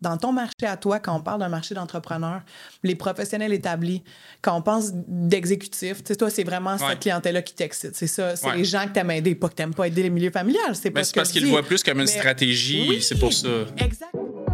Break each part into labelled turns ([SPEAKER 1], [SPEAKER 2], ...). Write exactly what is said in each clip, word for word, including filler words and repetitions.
[SPEAKER 1] dans ton marché à toi, quand on parle d'un marché d'entrepreneurs, les professionnels établis, quand on pense d'exécutifs, tu sais, toi, c'est vraiment
[SPEAKER 2] ouais.
[SPEAKER 1] cette clientèle-là qui t'excite. C'est ça, c'est
[SPEAKER 2] ouais.
[SPEAKER 1] les gens que t'aimes aider, pas que t'aimes pas aider les milieux familiales. C'est pas
[SPEAKER 2] Mais
[SPEAKER 1] ce
[SPEAKER 2] c'est
[SPEAKER 1] que
[SPEAKER 2] parce
[SPEAKER 1] je
[SPEAKER 2] qu'ils
[SPEAKER 1] dis.
[SPEAKER 2] le voient plus comme une
[SPEAKER 1] Mais...
[SPEAKER 2] stratégie,
[SPEAKER 1] oui,
[SPEAKER 2] c'est pour ça.
[SPEAKER 1] Exact.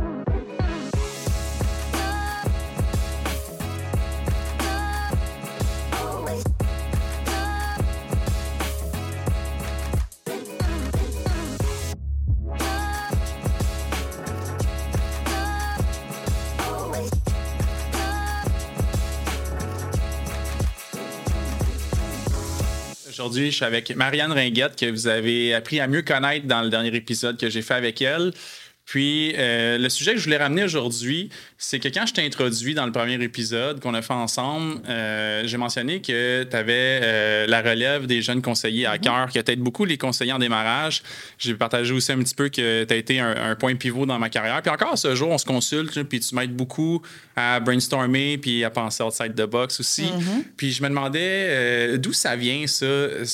[SPEAKER 2] Aujourd'hui, je suis avec Marianne Ringuette, que vous avez appris à mieux connaître dans le dernier épisode que j'ai fait avec elle. Puis, euh, le sujet que je voulais ramener aujourd'hui, c'est que quand je t'ai introduit dans le premier épisode qu'on a fait ensemble, euh, j'ai mentionné que tu avais euh, la relève des jeunes conseillers à cœur, que tu aides beaucoup les conseillers en démarrage. J'ai partagé aussi un petit peu que tu as été un, un point pivot dans ma carrière. Puis encore, ce jour, on se consulte, puis tu m'aides beaucoup à brainstormer, puis à penser outside the box aussi. Mm-hmm. Puis je me demandais euh, d'où ça vient, ça,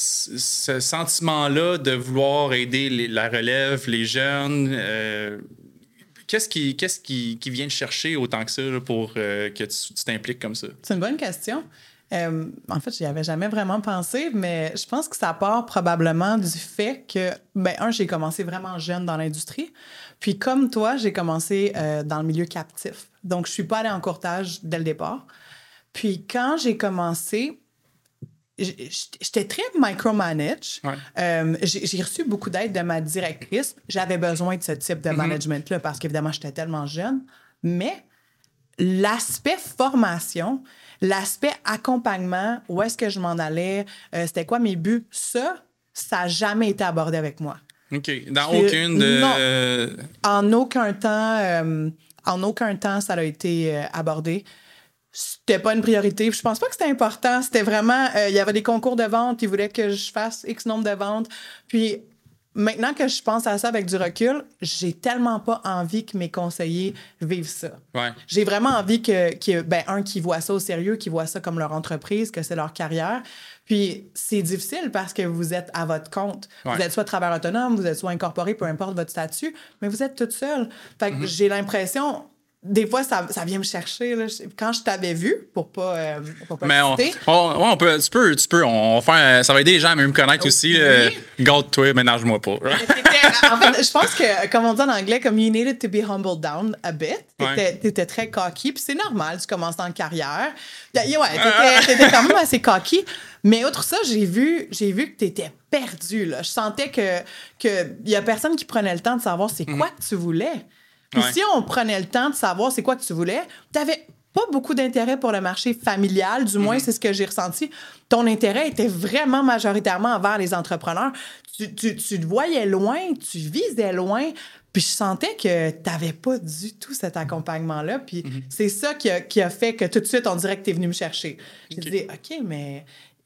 [SPEAKER 2] ce sentiment-là de vouloir aider les, la relève, les jeunes. Euh, Qu'est-ce qui, qu'est-ce qui, qui vient te chercher autant que ça là, pour euh, que tu, tu t'impliques comme ça?
[SPEAKER 1] C'est une bonne question. Euh, en fait, j'y avais jamais vraiment pensé, mais je pense que ça part probablement du fait que, ben un, j'ai commencé vraiment jeune dans l'industrie. Puis comme toi, j'ai commencé euh, dans le milieu captif. Donc, je suis pas allée en courtage dès le départ. Puis quand j'ai commencé... J'étais très micromanage.
[SPEAKER 2] Ouais.
[SPEAKER 1] Euh, j'ai, j'ai reçu beaucoup d'aide de ma directrice. J'avais besoin de ce type de mm-hmm. management-là parce qu'évidemment, j'étais tellement jeune. Mais l'aspect formation, l'aspect accompagnement, où est-ce que je m'en allais, euh, c'était quoi mes buts, ça, ça n'a jamais été abordé avec moi.
[SPEAKER 2] OK. Dans
[SPEAKER 1] Puis,
[SPEAKER 2] aucune de...
[SPEAKER 1] Non. En aucun temps, euh, en aucun temps, ça a été euh, abordé. C'était pas une priorité. Je pense pas que c'était important. C'était vraiment... Il euh, y avait des concours de vente. Ils voulaient que je fasse X nombre de ventes. Puis maintenant que je pense à ça avec du recul, j'ai tellement pas envie que mes conseillers vivent ça.
[SPEAKER 2] Ouais.
[SPEAKER 1] J'ai vraiment envie que, que ben, un, qu'ils voient ça au sérieux, qu'ils voient ça comme leur entreprise, que c'est leur carrière. Puis c'est difficile parce que vous êtes à votre compte. Ouais. Vous êtes soit travailleur autonome, vous êtes soit incorporé, peu importe votre statut, mais vous êtes toute seule. Fait que mm-hmm. j'ai l'impression... Des fois, ça, ça vient me chercher. Là. Quand je t'avais vu, pour pas, euh, pour pas
[SPEAKER 2] mais on, on, ouais, on peut, tu peux, tu peux, on va faire, ça va aider les gens à mieux me connaître oh, aussi. Oui. Euh, Garde-toi, ménage-moi pas.
[SPEAKER 1] En fait, je pense que, comme on dit en anglais, comme you needed to be humbled down a bit. T'étais, ouais. t'étais très cocky, puis c'est normal, tu commences en carrière. Ouais, t'étais, t'étais quand même assez cocky. Mais outre ça, j'ai vu, j'ai vu que t'étais perdu. Là. Je sentais que, que y a personne qui prenait le temps de savoir c'est quoi mm. que tu voulais. Puis ouais. si on prenait le temps de savoir c'est quoi que tu voulais, t'avais pas beaucoup d'intérêt pour le marché familial, du moins, mm-hmm. c'est ce que j'ai ressenti. Ton intérêt était vraiment majoritairement envers les entrepreneurs. Tu, tu, tu te voyais loin, tu visais loin, puis je sentais que t'avais pas du tout cet accompagnement-là. Puis mm-hmm. c'est ça qui a, qui a fait que tout de suite, on dirait que t'es venu me chercher. J'ai okay. dit, OK, mais...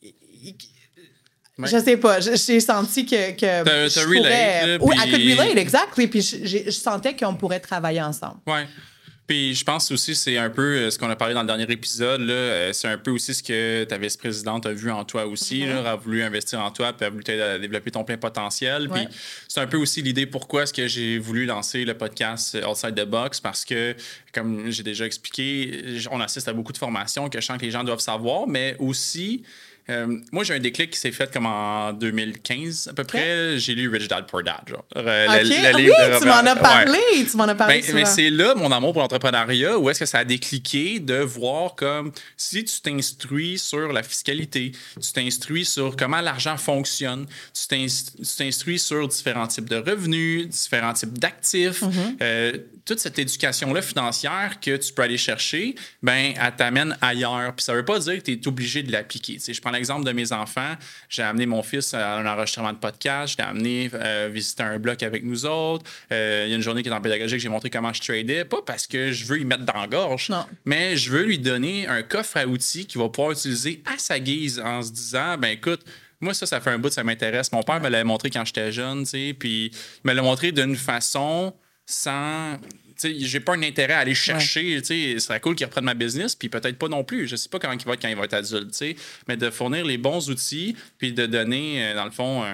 [SPEAKER 1] Ouais. Je sais pas, j'ai senti que, que
[SPEAKER 2] t'as,
[SPEAKER 1] je
[SPEAKER 2] t'as
[SPEAKER 1] pourrais...
[SPEAKER 2] relate,
[SPEAKER 1] Oui,
[SPEAKER 2] puis...
[SPEAKER 1] I could relate, exactly. Puis je, je sentais qu'on pourrait travailler ensemble.
[SPEAKER 2] Ouais. Puis je pense aussi, c'est un peu ce qu'on a parlé dans le dernier épisode, là, c'est un peu aussi ce que ta vice-présidente a vu en toi aussi, mm-hmm. là, elle a voulu investir en toi, puis elle a voulu t'aider à développer ton plein potentiel. Ouais. Puis c'est un peu aussi l'idée pourquoi est-ce que j'ai voulu lancer le podcast Outside the Box, parce que, comme j'ai déjà expliqué, on assiste à beaucoup de formations que je sens que les gens doivent savoir, mais aussi... Euh, moi, j'ai un déclic qui s'est fait comme en deux mille quinze, à peu okay. près. J'ai lu Rich Dad, Poor Dad. Genre. Euh,
[SPEAKER 1] OK. La, la oui, de tu m'en as parlé. Ouais. Tu m'en as parlé
[SPEAKER 2] ben, mais c'est là, mon amour pour l'entrepreneuriat, où est-ce que ça a décliqué de voir comme si tu t'instruis sur la fiscalité, tu t'instruis sur comment l'argent fonctionne, tu, t'inst- tu t'instruis sur différents types de revenus, différents types d'actifs, mm-hmm. euh, toute cette éducation-là financière que tu peux aller chercher, ben, elle t'amène ailleurs. Puis ça veut pas dire que tu es obligé de l'appliquer. Tu sais, je prends l'exemple de mes enfants. J'ai amené mon fils à un enregistrement de podcast. Je l'ai amené euh, visiter un bloc avec nous autres. Euh, il y a une journée qui est en pédagogique, j'ai montré comment je tradais. Pas parce que je veux y mettre dans la gorge, non. mais je veux lui donner un coffre à outils qu'il va pouvoir utiliser à sa guise en se disant, ben écoute, moi, ça, ça fait un bout, ça m'intéresse. Mon père me l'a montré quand j'étais jeune, tu sais, puis il me l'a montré d'une façon sans... T'sais, j'ai pas un intérêt à aller chercher. Ouais. Ce serait cool qu'il reprenne ma business, puis peut-être pas non plus. Je sais pas comment il va être quand il va être adulte. T'sais. Mais de fournir les bons outils, puis de donner, dans le fond, un,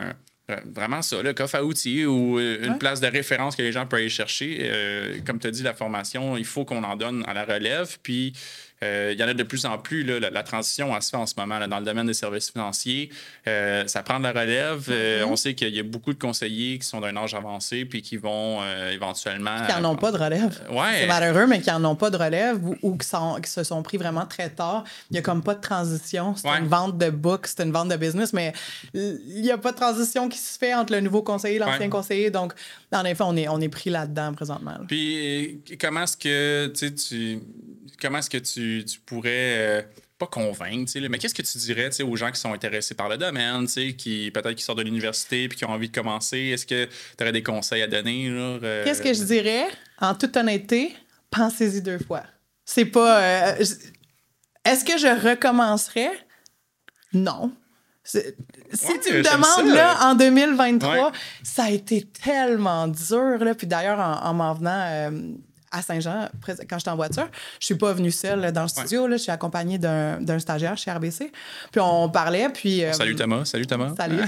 [SPEAKER 2] vraiment ça, le coffre à outils ou une
[SPEAKER 1] ouais.
[SPEAKER 2] place de référence que les gens peuvent aller chercher. Euh, comme tu as dit, la formation, il faut qu'on en donne à la relève. Puis, euh, il y en a de plus en plus. Là, la, la transition, elle se fait en ce moment là, dans le domaine des services financiers. Euh, ça prend de la relève. Euh, mm-hmm. On sait qu'il y a beaucoup de conseillers qui sont d'un âge avancé puis qui vont euh, éventuellement...
[SPEAKER 1] Qui n'en ont pas de relève.
[SPEAKER 2] Euh, ouais.
[SPEAKER 1] C'est malheureux, mais qui n'en ont pas de relève ou, ou qui, sont, qui se sont pris vraiment très tard. Il n'y a comme pas de transition. C'est ouais. une vente de book, c'est une vente de business, mais il n'y a pas de transition qui se fait entre le nouveau conseiller et l'ancien ouais. conseiller. Donc, en effet, on est, on est pris là-dedans présentement. Là.
[SPEAKER 2] Puis, comment est-ce que tu... Comment est-ce que tu, tu pourrais, euh, pas convaincre, mais qu'est-ce que tu dirais aux gens qui sont intéressés par le domaine, qui peut-être qui sortent de l'université et qui ont envie de commencer? Est-ce que tu aurais des conseils à donner? Genre, euh...
[SPEAKER 1] Qu'est-ce que je dirais? En toute honnêteté, pensez-y deux fois. C'est pas... Euh, est-ce que je recommencerais? Non. C'est, si ouais, tu me demandes, là, en deux mille vingt-trois, ouais. ça a été tellement dur. Là. Puis d'ailleurs, en, en m'en venant... Euh, à Saint-Jean, quand j'étais en voiture. Je suis pas venue seule dans le studio. Ouais. Là, je suis accompagnée d'un, d'un stagiaire chez R B C. Puis on parlait, puis... Euh,
[SPEAKER 2] salut Thomas, salut Thomas.
[SPEAKER 1] Salut.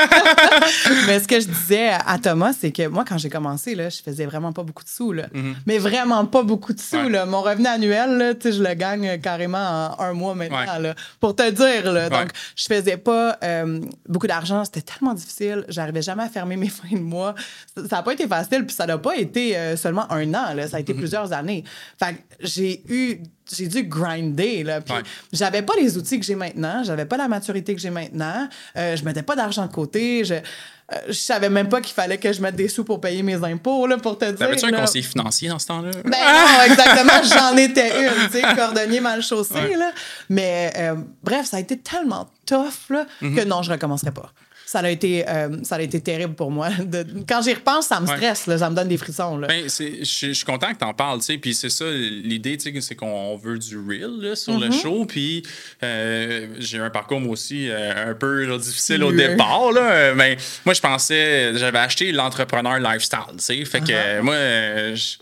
[SPEAKER 1] Mais ce que je disais à Thomas, c'est que moi, quand j'ai commencé, là, je faisais vraiment pas beaucoup de sous. Là. Mm-hmm. Mais vraiment pas beaucoup de sous. Ouais. Là. Mon revenu annuel, là, je le gagne carrément en un mois maintenant. Ouais. Là, pour te dire. Là. Donc, ouais. je faisais pas euh, beaucoup d'argent. C'était tellement difficile. J'arrivais jamais à fermer mes fins de mois. Ça n'a pas été facile, puis ça n'a pas été euh, seulement un an. Là. Ça a été plusieurs années. Fait que j'ai eu j'ai dû grinder là, puis ouais. j'avais pas les outils que j'ai maintenant, j'avais pas la maturité que j'ai maintenant, euh, je mettais pas d'argent de côté, je euh, je savais même pas qu'il fallait que je mette des sous pour payer mes impôts là, pour te dire.
[SPEAKER 2] T'avais-tu un conseiller financier dans ce temps-là?
[SPEAKER 1] Ben non, exactement, j'en étais une, tu sais, cordonnier mal chaussé ouais. là. Mais euh, bref, ça a été tellement tough là, mm-hmm. que non, je recommencerai pas. Ça a été, euh, ça a été terrible pour moi. De, quand j'y repense, ça me stresse, ouais. là, ça me donne des frissons. Là.
[SPEAKER 2] Ben, c'est, je, je suis content que tu en parles, tu sais, puis c'est ça, l'idée, tu sais, c'est qu'on veut du real là, sur mm-hmm. le show, puis euh, j'ai un parcours, moi aussi, euh, un peu là, difficile au départ, là, mais moi, je pensais, j'avais acheté l'entrepreneur lifestyle, tu sais, fait que uh-huh. moi, euh, je...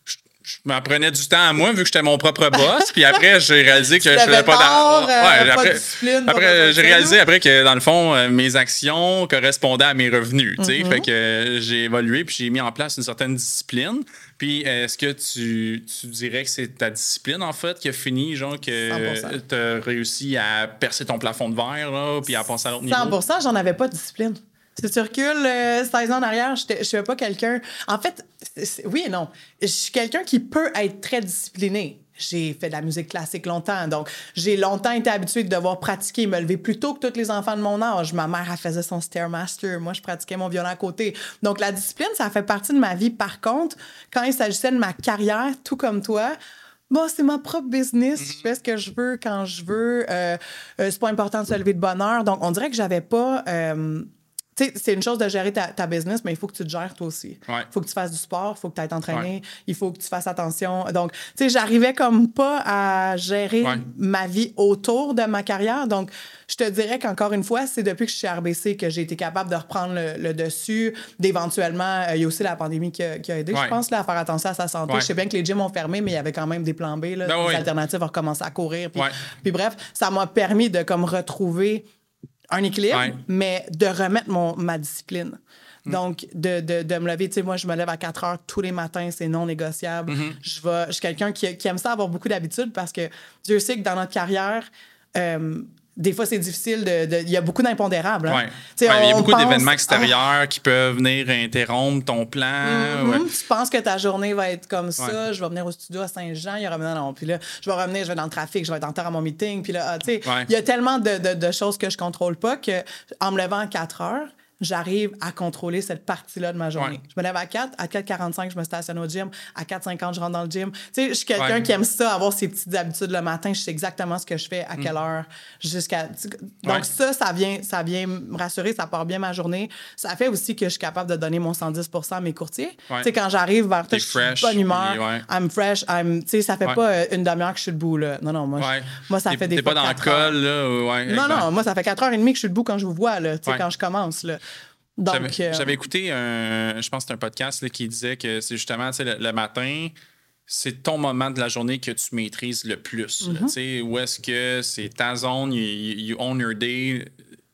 [SPEAKER 2] Je m'apprenais du temps à moi, vu que j'étais mon propre boss. Puis après, j'ai réalisé que je faisais pas
[SPEAKER 1] d'argent. Ouais,
[SPEAKER 2] euh, après,
[SPEAKER 1] discipline,
[SPEAKER 2] après j'ai réalisé après que, dans le fond, euh, mes actions correspondaient à mes revenus. Mm-hmm. Fait que euh, j'ai évolué, puis j'ai mis en place une certaine discipline. Puis est-ce que tu, tu dirais que c'est ta discipline, en fait, qui a fini, genre, que tu as réussi à percer ton plafond de verre, là, puis à passer à l'autre niveau?
[SPEAKER 1] cent pour cent, j'en avais pas de discipline. Si tu recules euh, seize ans en arrière, je ne suis pas quelqu'un... En fait, c'est, oui et non. Je suis quelqu'un qui peut être très discipliné. J'ai fait de la musique classique longtemps, donc j'ai longtemps été habituée de devoir pratiquer, me lever plus tôt que tous les enfants de mon âge. Ma mère, elle faisait son Stairmaster. Moi, je pratiquais mon violon à côté. Donc, la discipline, ça fait partie de ma vie. Par contre, quand il s'agissait de ma carrière, tout comme toi... Bon, c'est ma propre business. Mm-hmm. Je fais ce que je veux quand je veux. Euh, euh, c'est pas important de se lever de bonne heure. Donc, on dirait que j'avais pas... Euh, tu sais, c'est une chose de gérer ta, ta business, mais il faut que tu te gères toi aussi. Il ouais. faut que tu fasses du sport, il faut que tu ailles t'entraîner, ouais. il faut que tu fasses attention. Donc, tu sais, j'arrivais comme pas à gérer ouais. ma vie autour de ma carrière. Donc, je te dirais qu'encore une fois, c'est depuis que je suis chez R B C que j'ai été capable de reprendre le, le dessus, d'éventuellement... Il euh, y a aussi la pandémie qui a, qui a aidé, ouais. je pense, là, à faire attention à sa santé. Ouais. Je sais bien que les gyms ont fermé, mais il y avait quand même des plans B, là, ben des oui. alternatives à recommencer à courir. Puis, ouais. puis bref, ça m'a permis de comme retrouver... un équilibre, ouais. mais de remettre mon, ma discipline. Mm. Donc, de, de, de me lever. Tu sais, moi, je me lève à quatre heures tous les matins, c'est non négociable. Mm-hmm. Je, vais, je suis quelqu'un qui, qui aime ça avoir beaucoup d'habitudes parce que Dieu sait que dans notre carrière, euh, des fois, c'est difficile. De, de, il y a beaucoup d'impondérables. Hein?
[SPEAKER 2] Ouais. Ouais, il y a beaucoup pense, d'événements extérieurs ah, qui peuvent venir interrompre ton plan. Mm-hmm. Ouais.
[SPEAKER 1] Tu penses que ta journée va être comme ça. Ouais. Je vais venir au studio à Saint-Jean. Il y aura non, non. Puis là, je vais revenir, je vais dans le trafic, je vais être en retard à mon meeting. Puis là, ah, tu sais, ouais. il y a tellement de, de, de choses que je contrôle pas qu'en me levant à quatre heures, j'arrive à contrôler cette partie-là de ma journée. Ouais. Je me lève à quatre, à quatre quarante-cinq, je me stationne au gym, à quatre cinquante, je rentre dans le gym. Tu sais, je suis quelqu'un ouais. qui aime ça, avoir ses petites habitudes le matin, je sais exactement ce que je fais, à quelle heure, jusqu'à... Donc ouais. ça, ça vient, ça vient me rassurer, ça part bien ma journée. Ça fait aussi que je suis capable de donner mon cent dix pour cent à mes courtiers. Ouais. Tu sais, quand j'arrive vers toi, je suis de bonne humeur, ouais. I'm fresh, I'm... Tu sais, ça fait ouais. pas une demi-heure que je suis debout, là. Non, non, moi, ouais. je... moi ça t'es, fait des
[SPEAKER 2] t'es
[SPEAKER 1] fois
[SPEAKER 2] pas dans le col, là? Ouais,
[SPEAKER 1] non, non, moi, ça fait quatre heures et demie que je suis debout quand je vous vois, là, tu sais, ouais. quand je commence, là. Donc,
[SPEAKER 2] j'avais,
[SPEAKER 1] euh...
[SPEAKER 2] j'avais écouté un, je pense que c'est un podcast là, qui disait que c'est justement le, le matin, c'est ton moment de la journée que tu maîtrises le plus. Mm-hmm. Là, où est-ce que c'est ta zone, you, you own your day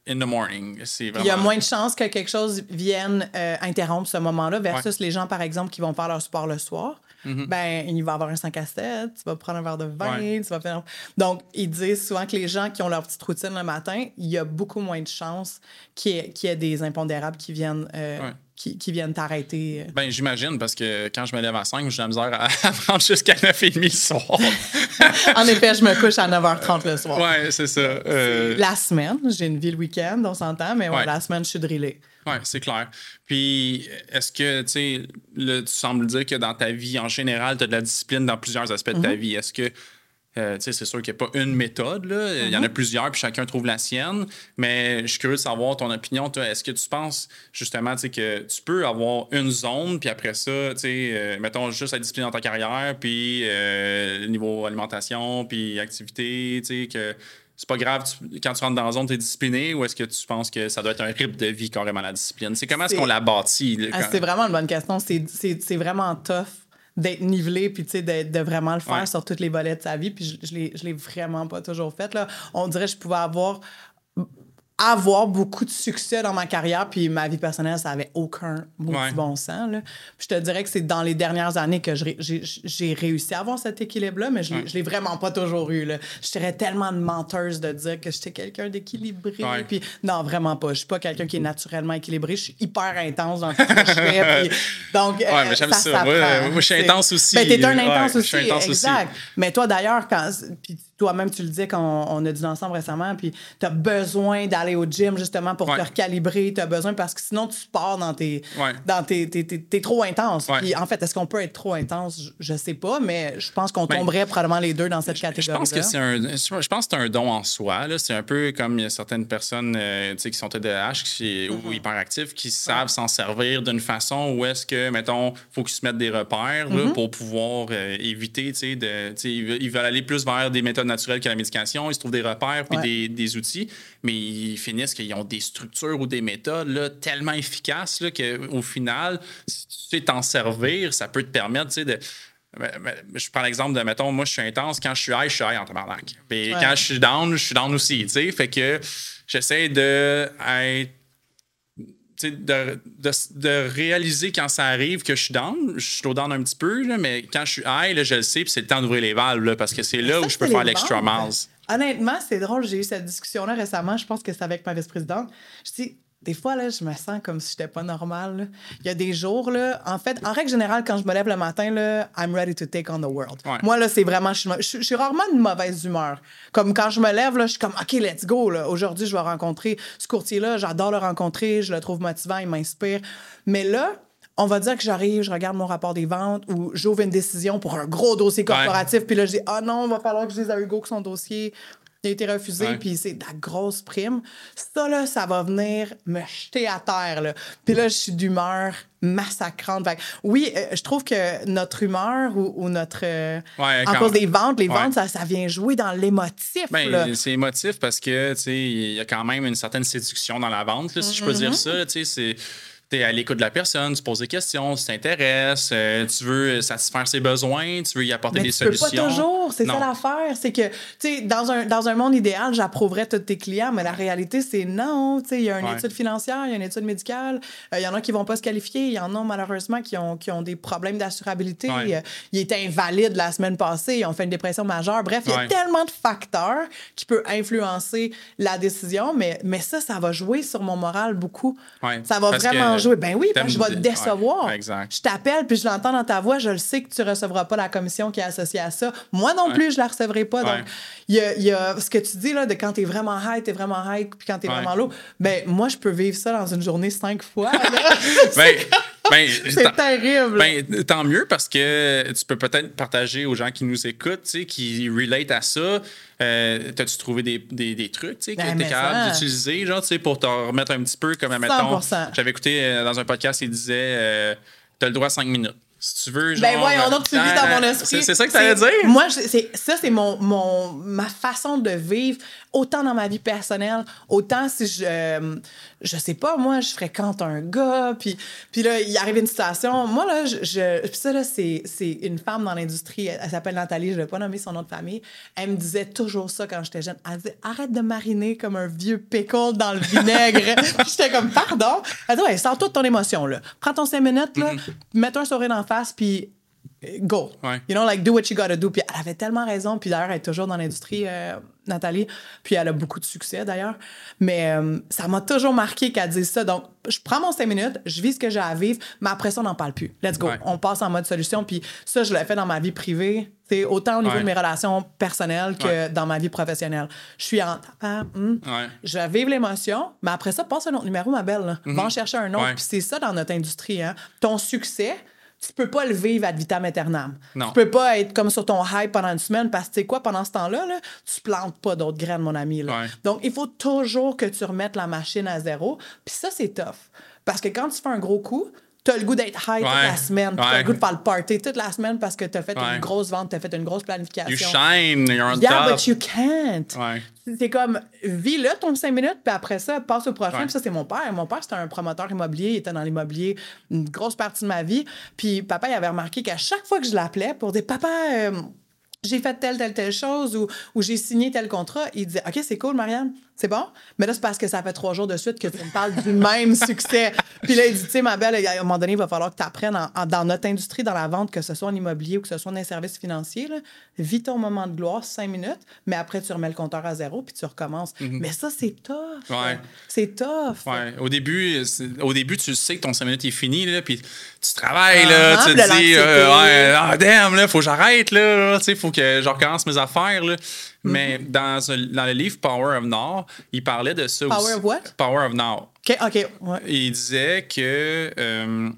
[SPEAKER 2] in the morning. C'est vraiment...
[SPEAKER 1] Il y a moins de chances que quelque chose vienne euh, interrompre ce moment-là versus ouais. les gens, par exemple, qui vont faire leur sport le soir. Mm-hmm. Ben, il va avoir un cinq à sept, tu vas prendre un verre de vin, ouais. tu vas faire... Donc, ils disent souvent que les gens qui ont leur petite routine le matin, il y a beaucoup moins de chances qu'il y ait, qu'il y ait des impondérables qui viennent... Euh, ouais. Qui, qui viennent t'arrêter.
[SPEAKER 2] Ben, j'imagine, parce que quand je me lève à cinq, j'ai la misère à, à prendre jusqu'à neuf heures trente le soir.
[SPEAKER 1] En effet, je me couche à neuf heures trente le soir.
[SPEAKER 2] Oui, c'est ça. Euh...
[SPEAKER 1] La semaine, j'ai une vie le week-end, on s'entend, mais ouais, ouais. la semaine, je suis drillée.
[SPEAKER 2] Oui, c'est clair. Puis, est-ce que, tu sais, tu sembles dire que dans ta vie, en général, tu as de la discipline dans plusieurs aspects de ta mm-hmm. vie. Est-ce que... Euh, c'est sûr qu'il n'y a pas une méthode. Là. Mm-hmm. Il y en a plusieurs, puis chacun trouve la sienne. Mais je suis curieux de savoir ton opinion. Toi, est-ce que tu penses justement que tu peux avoir une zone, puis après ça, euh, mettons juste la discipline dans ta carrière, puis euh, niveau alimentation, puis activité, que c'est pas grave tu, quand tu rentres dans la zone, tu es discipliné, ou est-ce que tu penses que ça doit être un rythme de vie carrément la discipline? C'est comment est-ce qu'on la bâtit? Là,
[SPEAKER 1] quand... C'est vraiment une bonne question. C'est, c'est, c'est vraiment tough d'être nivelé, puis tu sais, de, de vraiment le faire ouais. sur tous les volets de sa vie, puis je, je l'ai, je l'ai vraiment pas toujours fait, là. On dirait que je pouvais avoir avoir beaucoup de succès dans ma carrière, puis ma vie personnelle, ça avait aucun ouais. bon sens, là. Puis je te dirais que c'est dans les dernières années que j'ai, j'ai, j'ai réussi à avoir cet équilibre-là, mais je l'ai, ouais. je l'ai vraiment pas toujours eu, là. Je serais tellement de menteuse de dire que j'étais quelqu'un d'équilibré, ouais. puis non, vraiment pas. Je suis pas quelqu'un qui est naturellement équilibré, je suis hyper intense dans tout ce que je fais, puis donc,
[SPEAKER 2] ouais, euh, mais j'aime ça, ça. Moi, moi, je suis intense aussi.
[SPEAKER 1] Ben, t'es un intense
[SPEAKER 2] ouais,
[SPEAKER 1] aussi,
[SPEAKER 2] intense
[SPEAKER 1] exact.
[SPEAKER 2] Aussi.
[SPEAKER 1] Mais toi, d'ailleurs, quand... Puis toi-même, tu le disais quand on, on a dîné ensemble récemment, puis t'as besoin d'aller au gym, justement, pour ouais. te recalibrer. T'as besoin, parce que sinon, tu pars dans tes... Ouais. Dans tes, tes, tes, t'es trop intense. Ouais. Puis, en fait, est-ce qu'on peut être trop intense? Je, je sais pas, mais je pense qu'on tomberait ben, probablement les deux dans cette catégorie-là.
[SPEAKER 2] Je pense que c'est un, je pense que c'est un don en soi, là. C'est un peu comme il y a certaines personnes euh, qui sont T D A H qui, mm-hmm. ou hyperactifs qui savent ouais. s'en servir d'une façon où est-ce que, mettons, faut qu'ils se mettent des repères là, mm-hmm. pour pouvoir euh, éviter, tu sais, de, ils veulent aller plus vers des méthodes naturelles que la médication. Ils se trouvent des repères puis ouais. des, des outils, mais ils finissent qu'ils ont des structures ou des méthodes là, tellement efficaces là, qu'au final, si tu sais t'en servir, ça peut te permettre, tu sais, de... Je prends l'exemple de, mettons, moi, je suis intense. Quand je suis high, je suis high en tabarnak. Puis ouais. quand je suis down, je suis down aussi, tu sais. Fait que j'essaie de être... De, de, de réaliser quand ça arrive que je suis down, je suis down un petit peu, là, mais quand je suis high, là, je le sais, puis c'est le temps d'ouvrir les valves, là, parce que c'est là ça, où je peux faire l'extra miles.
[SPEAKER 1] Honnêtement, c'est drôle, j'ai eu cette discussion-là récemment, je pense que c'est avec ma vice-présidente. Je dis, des fois, là, je me sens comme si j'étais pas normale. Là. Il y a des jours, là, en fait, en règle générale, quand je me lève le matin, là, I'm ready to take on the world. Ouais. Moi, là, c'est vraiment, je, je, je suis rarement de mauvaise humeur. Comme quand je me lève, là, je suis comme, OK, let's go. Là. Aujourd'hui, je vais rencontrer ce courtier-là, j'adore le rencontrer, je le trouve motivant, il m'inspire. Mais là, on va dire que j'arrive, je regarde mon rapport des ventes ou j'ouvre une décision pour un gros dossier corporatif, ouais. puis là, je dis, ah oh non, il va falloir que je dise à Hugo que son dossier a été refusé, ouais. puis c'est de la grosse prime. Ça, là, ça va venir me jeter à terre, là. Puis là, je suis d'humeur massacrante. Fait que, oui, euh, je trouve que notre humeur ou, ou notre... Euh, ouais, en cause des ventes, les ouais. ventes, ça, ça vient jouer dans l'émotif,
[SPEAKER 2] ben,
[SPEAKER 1] là.
[SPEAKER 2] C'est émotif parce que, tu sais, il y a quand même une certaine séduction dans la vente, là, si mm-hmm. je peux dire ça, tu sais, c'est... T'es à l'écoute de la personne, tu poses des questions, tu t'intéresses, euh, tu veux satisfaire ses besoins, tu veux y apporter
[SPEAKER 1] mais
[SPEAKER 2] des
[SPEAKER 1] tu
[SPEAKER 2] solutions.
[SPEAKER 1] Peux pas toujours, c'est non. ça l'affaire. C'est que, tu sais, dans un, dans un monde idéal, j'approuverais tous tes clients, mais la réalité, c'est non. Tu sais, il y a une ouais. étude financière, il y a une étude médicale, il euh, y en a qui vont pas se qualifier, il y en a malheureusement qui ont, qui ont des problèmes d'assurabilité. Ouais. Euh, ils étaient invalides la semaine passée, ils ont fait une dépression majeure. Bref, il ouais. y a tellement de facteurs qui peuvent influencer la décision, mais, mais ça, ça va jouer sur mon moral beaucoup. Ouais. Ça va Parce vraiment que... jouer. Ben oui, parce que je vais te décevoir.
[SPEAKER 2] Ouais, exact.
[SPEAKER 1] Je t'appelle, puis je l'entends dans ta voix, je le sais que tu ne recevras pas la commission qui est associée à ça. Moi non plus, ouais. je la recevrai pas. Ouais. Donc, il y a, y a ce que tu dis là, de quand tu es vraiment high, tu es vraiment high, puis quand tu es ouais. vraiment low. Ben moi, je peux vivre ça dans une journée cinq fois.
[SPEAKER 2] ben, ben,
[SPEAKER 1] c'est terrible.
[SPEAKER 2] Ben, tant mieux, parce que tu peux peut-être partager aux gens qui nous écoutent, tu sais, qui relate à ça. Euh, t'as-tu trouvé des, des, des trucs, tu sais, ben, que t'es capable d'utiliser, genre, tu sais, pour te remettre un petit peu, comme, admettons, j'avais écouté euh, dans un podcast, il disait, euh, t'as le droit à cinq minutes. Si tu veux, genre...
[SPEAKER 1] Ben ouais, on a tu vis dans mon esprit.
[SPEAKER 2] C'est, c'est ça que t'allais dire?
[SPEAKER 1] Moi, c'est, ça, c'est mon, mon, ma façon de vivre autant dans ma vie personnelle, autant si je, euh, je sais pas, moi, je fréquente un gars, puis, puis là, il arrive une situation. Moi, là, je, je puis ça, là, c'est, c'est une femme dans l'industrie, elle, elle s'appelle Nathalie, je vais pas nommer son nom de famille. Elle me disait toujours ça quand j'étais jeune. Elle disait, arrête de mariner comme un vieux pickle dans le vinaigre. J'étais comme, pardon. Elle dit, ouais, sors toute ton émotion, là. Prends ton cinq minutes, là, mm-hmm. mets un sourire en face, puis go.
[SPEAKER 2] Ouais.
[SPEAKER 1] You know, like, do what you gotta do. Puis elle avait tellement raison. Puis d'ailleurs, elle est toujours dans l'industrie, euh, Nathalie. Puis elle a beaucoup de succès, d'ailleurs. Mais euh, ça m'a toujours marqué qu'elle dise ça. Donc, je prends mon cinq minutes, je vis ce que j'ai à vivre, mais après ça, on n'en parle plus. Let's go.
[SPEAKER 2] Ouais.
[SPEAKER 1] On passe en mode solution. Puis ça, je l'ai fait dans ma vie privée. C'est autant au niveau
[SPEAKER 2] ouais.
[SPEAKER 1] de mes relations personnelles que
[SPEAKER 2] ouais.
[SPEAKER 1] dans ma vie professionnelle. Je suis en... Ah, hum,
[SPEAKER 2] ouais.
[SPEAKER 1] Je vais vivre l'émotion, mais après ça, passe un autre numéro, ma belle. Mm-hmm. Va en chercher un autre.
[SPEAKER 2] Ouais.
[SPEAKER 1] Puis c'est ça dans notre industrie. Hein. Ton succès... Tu peux pas le vivre ad vitam aeternam.
[SPEAKER 2] Non.
[SPEAKER 1] Tu peux pas être comme sur ton hype pendant une semaine parce que, tu sais quoi, pendant ce temps-là, là, tu plantes pas d'autres graines, mon ami. Là.
[SPEAKER 2] Ouais.
[SPEAKER 1] Donc, il faut toujours que tu remettes la machine à zéro. Puis ça, c'est tough. Parce que quand tu fais un gros coup, t'as le goût d'être high ouais. toute la semaine. Ouais. T'as le goût de faire le party toute la semaine parce que t'as fait ouais. une grosse vente, t'as fait une grosse planification.
[SPEAKER 2] You shine, you're on
[SPEAKER 1] yeah,
[SPEAKER 2] top.
[SPEAKER 1] but you can't.
[SPEAKER 2] Ouais.
[SPEAKER 1] C'est comme, vis-le ton cinq minutes, puis après ça, passe au prochain.
[SPEAKER 2] Ouais.
[SPEAKER 1] Puis ça, c'est mon père. Mon père, c'était un promoteur immobilier. Il était dans l'immobilier une grosse partie de ma vie. Puis papa, il avait remarqué qu'à chaque fois que je l'appelais pour dire, papa... Euh, j'ai fait telle, telle, telle chose ou, ou j'ai signé tel contrat, il disait, OK, c'est cool, Marianne, c'est bon. Mais là, c'est parce que ça fait trois jours de suite que tu me parles du même succès. Puis là, il dit, tu sais, ma belle, à un moment donné, il va falloir que tu apprennes en, en, dans notre industrie, dans la vente, que ce soit en immobilier ou que ce soit dans les services financiers, là, vis ton moment de gloire, cinq minutes, mais après, tu remets le compteur à zéro puis tu recommences. Mm-hmm. Mais ça, c'est tough.
[SPEAKER 2] Ouais.
[SPEAKER 1] C'est tough.
[SPEAKER 2] Ouais. Au début, au début, tu sais que ton cinq minutes est fini, là, puis tu travailles, là, uh-huh, tu te dis, euh, ouais, ah, damn, là, faut que j'arrête, là, tu sais, faut que je recommence mes affaires, là. Mais mm-hmm. dans, un, dans le livre Power of Now, il parlait de ça
[SPEAKER 1] Power
[SPEAKER 2] aussi.
[SPEAKER 1] Power of what?
[SPEAKER 2] Power of Now.
[SPEAKER 1] OK, OK. Ouais.
[SPEAKER 2] Il disait que euh,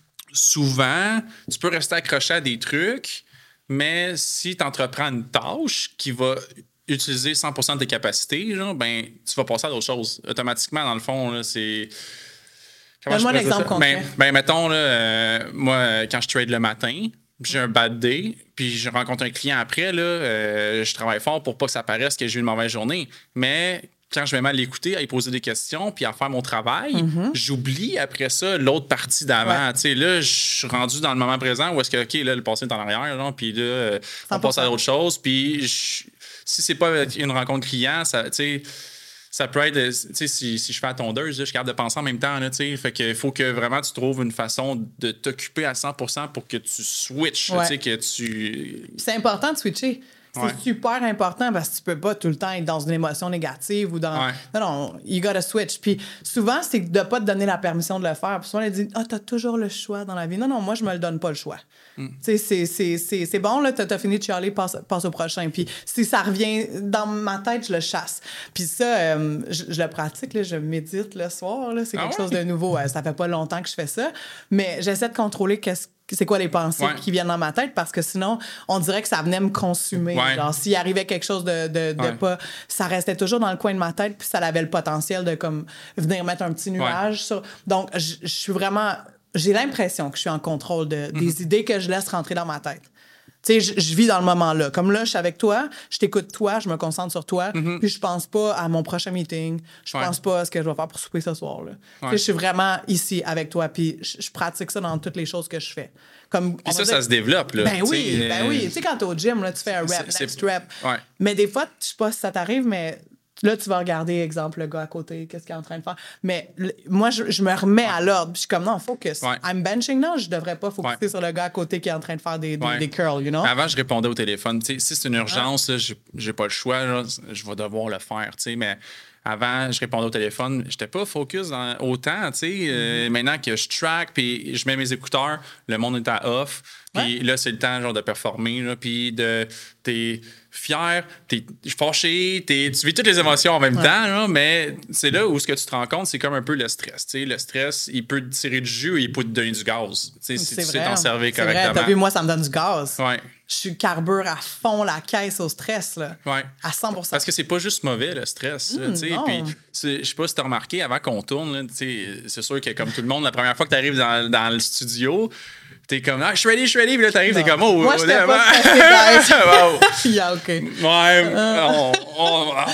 [SPEAKER 2] souvent, tu peux rester accroché à des trucs, mais si tu entreprends une tâche qui va utiliser cent pour cent de tes capacités, genre, ben, tu vas passer à d'autres choses. Automatiquement, dans le fond, là, c'est...
[SPEAKER 1] Donne-moi un exemple concret.
[SPEAKER 2] Ben, ben, mettons, là, euh, moi, quand je trade le matin, j'ai un bad day, puis je rencontre un client après, là, euh, je travaille fort pour pas que ça paraisse que j'ai eu une mauvaise journée. Mais quand je vais mal l'écouter, à y poser des questions, puis à faire mon travail, mm-hmm. j'oublie après ça l'autre partie d'avant. Ouais. Tu sais, là, je suis rendu dans le moment présent où est-ce que, OK, là, le passé est en arrière, genre, puis là, euh, on passe à d'autres choses. Puis je, si c'est pas une rencontre client, ça, tu sais... Ça peut être, tu sais, si, si je fais la tondeuse, je suis capable de penser en même temps, tu sais. Fait qu'il faut que vraiment tu trouves une façon de t'occuper à cent pour cent pour que tu switches, ouais. tu sais, que tu...
[SPEAKER 1] C'est important de switcher. C'est ouais. super important parce que tu peux pas tout le temps être dans une émotion négative ou dans...
[SPEAKER 2] Ouais.
[SPEAKER 1] Non, non, you gotta switch. Puis souvent, c'est de pas te donner la permission de le faire. Puis souvent, on dit « Ah, t'as toujours le choix dans la vie. » Non, non, moi, je me le donne pas le choix. Mm. Tu sais, c'est, c'est, c'est, c'est bon, là, t'as, t'as fini de chialer, passe, passe au prochain. Puis si ça revient dans ma tête, je le chasse. Puis ça, euh, je, je le pratique, là, je médite le soir, là, c'est quelque ah ouais? chose de nouveau. Euh, ça fait pas longtemps que je fais ça, mais j'essaie de contrôler qu'est-ce c'est quoi les pensées ouais. qui viennent dans ma tête parce que sinon, on dirait que ça venait me consumer. Ouais. Genre, s'il arrivait quelque chose de, de, de ouais. pas... Ça restait toujours dans le coin de ma tête puis ça avait le potentiel de comme venir mettre un petit nuage. Ouais. Sur... Donc, je suis vraiment... J'ai l'impression que je suis en contrôle de, mm-hmm. des idées que je laisse rentrer dans ma tête. Tu sais, je, je vis dans le moment-là. Comme là, je suis avec toi, je t'écoute toi, je me concentre sur toi, mm-hmm. puis je pense pas à mon prochain meeting, je ouais. pense pas à ce que je vais faire pour souper ce soir. Là. Ouais. Je suis vraiment ici avec toi, puis je, je pratique ça dans toutes les choses que je fais. Comme,
[SPEAKER 2] puis ça, dire, ça se développe. Là,
[SPEAKER 1] ben oui, euh... ben oui. Tu sais, quand t'es au gym, là, tu fais un rep, c'est, next c'est... rep.
[SPEAKER 2] Ouais.
[SPEAKER 1] Mais des fois, je sais pas si ça t'arrive, mais... Là, tu vas regarder, exemple, le gars à côté, qu'est-ce qu'il est en train de faire. Mais le, moi, je, je me remets ouais. à l'ordre. Je suis comme, non, focus. Ouais. I'm benching now, je devrais pas focuser ouais. sur le gars à côté qui est en train de faire des, des, ouais. des curls, you know?
[SPEAKER 2] Avant, je répondais au téléphone. T'sais, si c'est une urgence, ah. là, j'ai, j'ai pas le choix, là, je vais devoir le faire. Mais avant, je répondais au téléphone. J'étais pas focus dans, autant. Mm-hmm. Euh, maintenant que je track, puis je mets mes écouteurs, le monde est à off. Puis ouais. là, c'est le temps genre, de performer. Puis de... T'es fier, t'es fâché, t'es, tu vis toutes les émotions en même ouais. temps, là, mais c'est là où ce que tu te rends compte, c'est comme un peu le stress. T'sais. Le stress, il peut te tirer du jus et il peut te donner du gaz. Si c'est tu vrai. sais t'en servir c'est correctement.
[SPEAKER 1] Vrai. T'as vu, moi, ça me donne du gaz.
[SPEAKER 2] Ouais.
[SPEAKER 1] Je suis carbure à fond la caisse au stress, là,
[SPEAKER 2] ouais.
[SPEAKER 1] à cent pour cent.
[SPEAKER 2] Parce que c'est pas juste mauvais, le stress. Mmh, Puis, je sais pas si t'as remarqué, avant qu'on tourne, là, c'est sûr que comme tout le monde, la première fois que t'arrives dans, dans le studio, t'es comme, ah, je suis ready, je suis ready. Puis là, t'arrives, non. t'es comme, oh,
[SPEAKER 1] moi, je t'ai pas stressé,
[SPEAKER 2] wow.
[SPEAKER 1] yeah, OK.
[SPEAKER 2] Ouais, uh. on, on,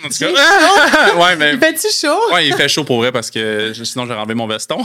[SPEAKER 2] En tout cas, ouais, mais,
[SPEAKER 1] il fait-tu chaud?
[SPEAKER 2] Ouais, il fait chaud pour vrai parce que sinon j'aurais enlevé mon veston.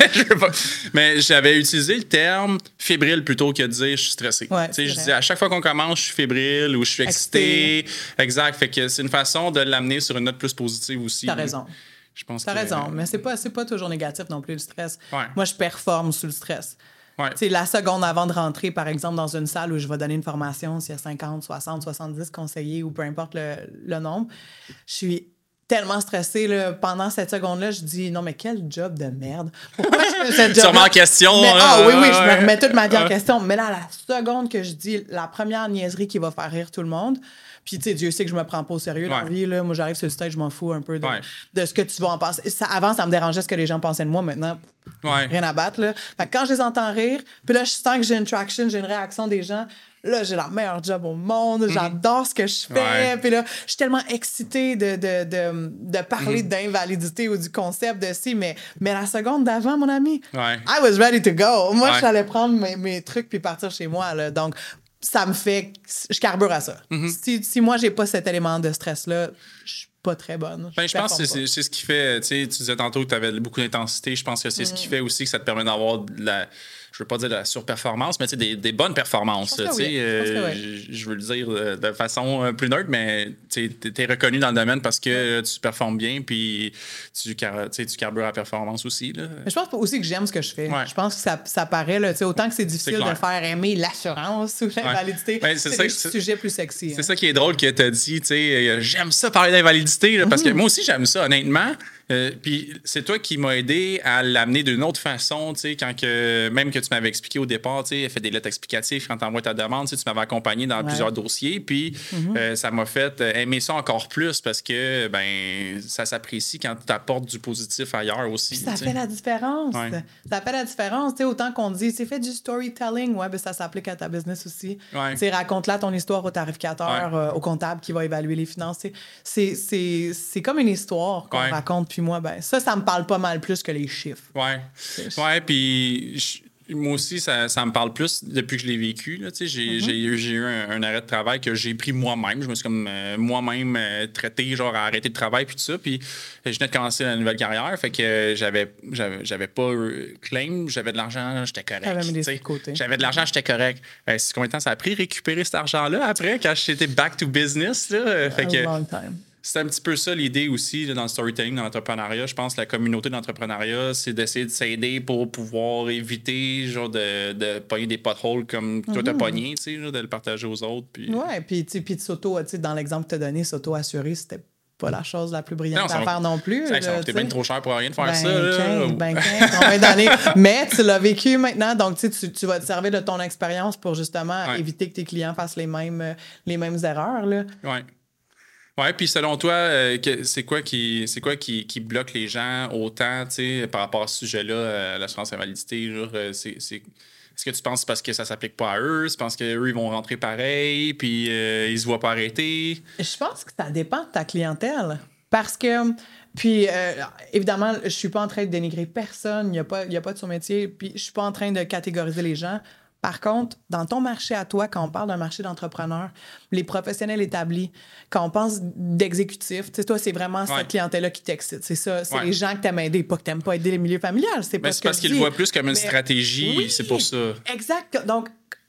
[SPEAKER 2] Mais j'avais utilisé le terme fébrile plutôt que de dire je suis stressé.
[SPEAKER 1] Ouais,
[SPEAKER 2] je disais à chaque fois qu'on commence, je suis fébrile ou je suis excité. excité. Exact. Fait que c'est une façon de l'amener sur une note plus positive aussi.
[SPEAKER 1] T'as raison.
[SPEAKER 2] Je pense
[SPEAKER 1] T'as
[SPEAKER 2] que...
[SPEAKER 1] raison, mais c'est pas, c'est pas toujours négatif non plus, le stress.
[SPEAKER 2] Ouais.
[SPEAKER 1] Moi, je performe sous le stress.
[SPEAKER 2] Ouais.
[SPEAKER 1] C'est la seconde avant de rentrer, par exemple, dans une salle où je vais donner une formation, s'il y a cinquante, soixante, soixante-dix conseillers ou peu importe le, le nombre, je suis tellement stressée. Là, pendant cette seconde-là, je dis non, mais quel job de merde. Pourquoi je fais cette job?
[SPEAKER 2] Sûrement en question.
[SPEAKER 1] Mais,
[SPEAKER 2] hein,
[SPEAKER 1] ah oui, oui,
[SPEAKER 2] ouais,
[SPEAKER 1] je
[SPEAKER 2] ouais.
[SPEAKER 1] me remets toute ma vie en question. Mais là, la seconde que je dis la première niaiserie qui va faire rire tout le monde, puis, tu sais, Dieu sait que je me prends pas au sérieux dans la vie. Là. Moi, j'arrive sur le stage, je m'en fous un peu de,
[SPEAKER 2] ouais.
[SPEAKER 1] de ce que tu vas en penser. Ça, avant, ça me dérangeait ce que les gens pensaient de moi. Maintenant,
[SPEAKER 2] ouais.
[SPEAKER 1] rien à battre. Là. Fait que quand je les entends rire, puis là, je sens que j'ai une traction, j'ai une réaction des gens. Là, j'ai la meilleure job au monde. J'adore ce que je fais.
[SPEAKER 2] Ouais.
[SPEAKER 1] Puis là, je suis tellement excitée de, de, de, de parler mm-hmm. d'invalidité ou du concept de si. Mais, mais la seconde d'avant, mon ami,
[SPEAKER 2] ouais.
[SPEAKER 1] I was ready to go. Moi,
[SPEAKER 2] ouais.
[SPEAKER 1] j'allais prendre mes, mes trucs puis partir chez moi. Là. Donc, ça me fait... Je carbure à ça. Mm-hmm. Si, si moi, j'ai pas cet élément de stress-là, je suis pas très bonne.
[SPEAKER 2] Ben, je pense que c'est, c'est ce qui fait... Tu disais tantôt que tu avais beaucoup d'intensité. Je pense que c'est mm. ce qui fait aussi que ça te permet d'avoir de la... Je veux pas dire de la surperformance, mais des, des bonnes performances. Je, oui. euh, oui. je, je veux le dire de, de façon plus neutre, mais tu es reconnu dans le domaine parce que tu performes bien puis tu, tu carbures à la performance aussi. Là.
[SPEAKER 1] Mais je pense aussi que j'aime ce que je fais. Ouais. Je pense que ça, ça paraît, là, autant que c'est difficile c'est de faire aimer l'assurance ou l'invalidité, ouais. ben, c'est, c'est ça, des c'est, sujets plus sexy.
[SPEAKER 2] C'est
[SPEAKER 1] hein.
[SPEAKER 2] ça qui est drôle que tu as dit, j'aime ça parler d'invalidité, là, mm-hmm. parce que moi aussi j'aime ça, honnêtement. Euh, puis c'est toi qui m'as aidé à l'amener d'une autre façon, tu sais, quand que, même que tu m'avais expliqué au départ, tu sais, fait des lettres explicatives quand tu envoies ta demande, tu sais, tu m'avais accompagné dans ouais. plusieurs dossiers, puis mm-hmm. euh, ça m'a fait aimer ça encore plus parce que, ben, ça s'apprécie quand tu apportes du positif ailleurs aussi.
[SPEAKER 1] Puis ça fait la différence. Ouais. Ça fait la différence, tu sais, autant qu'on dit, c'est fait du storytelling, ouais, ben ça s'applique à ta business aussi.
[SPEAKER 2] Ouais.
[SPEAKER 1] Tu sais, raconte-la ton histoire au tarificateur, ouais. euh, au comptable qui va évaluer les finances, c'est, c'est, c'est comme une histoire qu'on ouais. raconte. Puis moi, ben ça, ça me parle pas mal plus que les chiffres.
[SPEAKER 2] Ouais. Ouais, puis moi aussi, ça, ça me parle plus depuis que je l'ai vécu. Là, j'ai, mm-hmm. j'ai, j'ai eu un, un arrêt de travail que j'ai pris moi-même. Je me suis comme euh, moi-même euh, traité, genre à arrêter de travail, puis tout ça. Puis je venais de commencer une nouvelle carrière. Fait que euh, j'avais, j'avais, j'avais pas claim, j'avais de l'argent, j'étais correct.
[SPEAKER 1] De
[SPEAKER 2] j'avais de l'argent, j'étais correct. Euh, c'est combien de temps ça a pris récupérer cet argent-là après, quand j'étais back to business? Là? Fait que,
[SPEAKER 1] a long time.
[SPEAKER 2] C'est un petit peu ça l'idée aussi là, dans le storytelling, dans l'entrepreneuriat. Je pense que la communauté d'entrepreneuriat, c'est d'essayer de s'aider pour pouvoir éviter genre de, de pogner des potholes comme mm-hmm. toi t'as pogné, tu sais, de le partager aux autres. Puis...
[SPEAKER 1] Ouais, puis, puis de s'auto, tu sais, dans l'exemple que tu as donné, s'auto-assurer, c'était pas la chose la plus brillante non, à faire non plus.
[SPEAKER 2] Ça va coûter bien trop cher pour rien de faire
[SPEAKER 1] ben
[SPEAKER 2] ça.
[SPEAKER 1] quinze, ben quinze, combien d'années? Mais tu l'as vécu maintenant, donc tu, tu vas te servir de ton expérience pour justement ouais. éviter que tes clients fassent les mêmes, les mêmes erreurs. Là.
[SPEAKER 2] Ouais. Oui, puis selon toi, euh, que, c'est quoi qui c'est quoi qui, qui bloque les gens autant par rapport à ce sujet-là, euh, l'assurance invalidité? Genre, euh, c'est, c'est, est-ce que tu penses parce que ça s'applique pas à eux? Tu penses qu'eux, ils vont rentrer pareil, puis euh, ils se voient pas arrêter?
[SPEAKER 1] Je pense que ça dépend de ta clientèle. Parce que, puis euh, évidemment, je suis pas en train de dénigrer personne, il n'y a pas, y a pas de sous-métier, puis je suis pas en train de catégoriser les gens. Par contre, dans ton marché à toi, quand on parle d'un marché d'entrepreneurs, les professionnels établis, quand on pense d'exécutifs, tu sais, toi, c'est vraiment ouais. cette clientèle-là qui t'excite. C'est ça, c'est ouais. les gens que t'aimes aider, pas que t'aimes pas aider les milieux familiales. C'est pas
[SPEAKER 2] mais
[SPEAKER 1] ce
[SPEAKER 2] c'est
[SPEAKER 1] que
[SPEAKER 2] parce qu'ils le voient plus comme une mais, stratégie, oui, c'est pour ça.
[SPEAKER 1] Exact. Donc,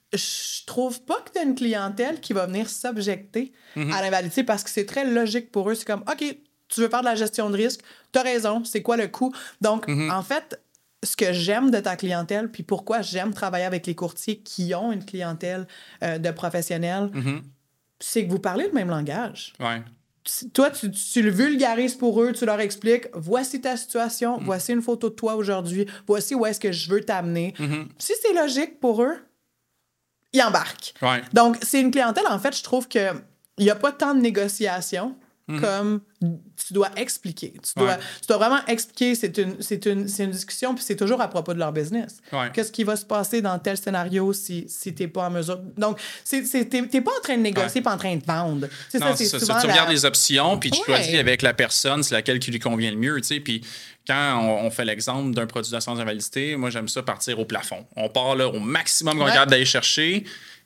[SPEAKER 1] je trouve pas que tu as une clientèle qui va venir s'objecter mm-hmm. à l'invalidité parce que c'est très logique pour eux. C'est comme, OK, tu veux faire de la gestion de risque, t'as raison, c'est quoi le coût? Donc, mm-hmm. en fait, ce que j'aime de ta clientèle, puis pourquoi j'aime travailler avec les courtiers qui ont une clientèle euh, de professionnels, mm-hmm. c'est que vous parlez le même langage.
[SPEAKER 2] Ouais.
[SPEAKER 1] Toi, tu, tu le vulgarises pour eux, tu leur expliques, voici ta situation, mm-hmm. voici une photo de toi aujourd'hui, voici où est-ce que je veux t'amener. Mm-hmm. Si c'est logique pour eux, ils embarquent.
[SPEAKER 2] Ouais.
[SPEAKER 1] Donc, c'est une clientèle, en fait, je trouve qu'il n'y a pas tant de négociations. Mm-hmm. Comme tu dois expliquer. Tu dois, ouais. tu dois vraiment expliquer. C'est une, c'est une, c'est une discussion, puis c'est toujours à propos de leur business.
[SPEAKER 2] Ouais.
[SPEAKER 1] Qu'est-ce qui va se passer dans tel scénario si, si tu n'es pas en mesure. Donc, c'est, c'est, tu n'es pas en train de négocier, ouais. pas en train de vendre. C'est
[SPEAKER 2] non,
[SPEAKER 1] ça, c'est
[SPEAKER 2] ça,
[SPEAKER 1] souvent
[SPEAKER 2] ça, tu
[SPEAKER 1] la...
[SPEAKER 2] regardes les options, puis tu
[SPEAKER 1] ouais.
[SPEAKER 2] choisis avec la personne, c'est laquelle qui lui convient le mieux. Puis quand on, on fait l'exemple d'un produit d'assurance invalidité, moi, j'aime ça partir au plafond. On part là, au maximum qu'on ouais. regarde d'aller chercher.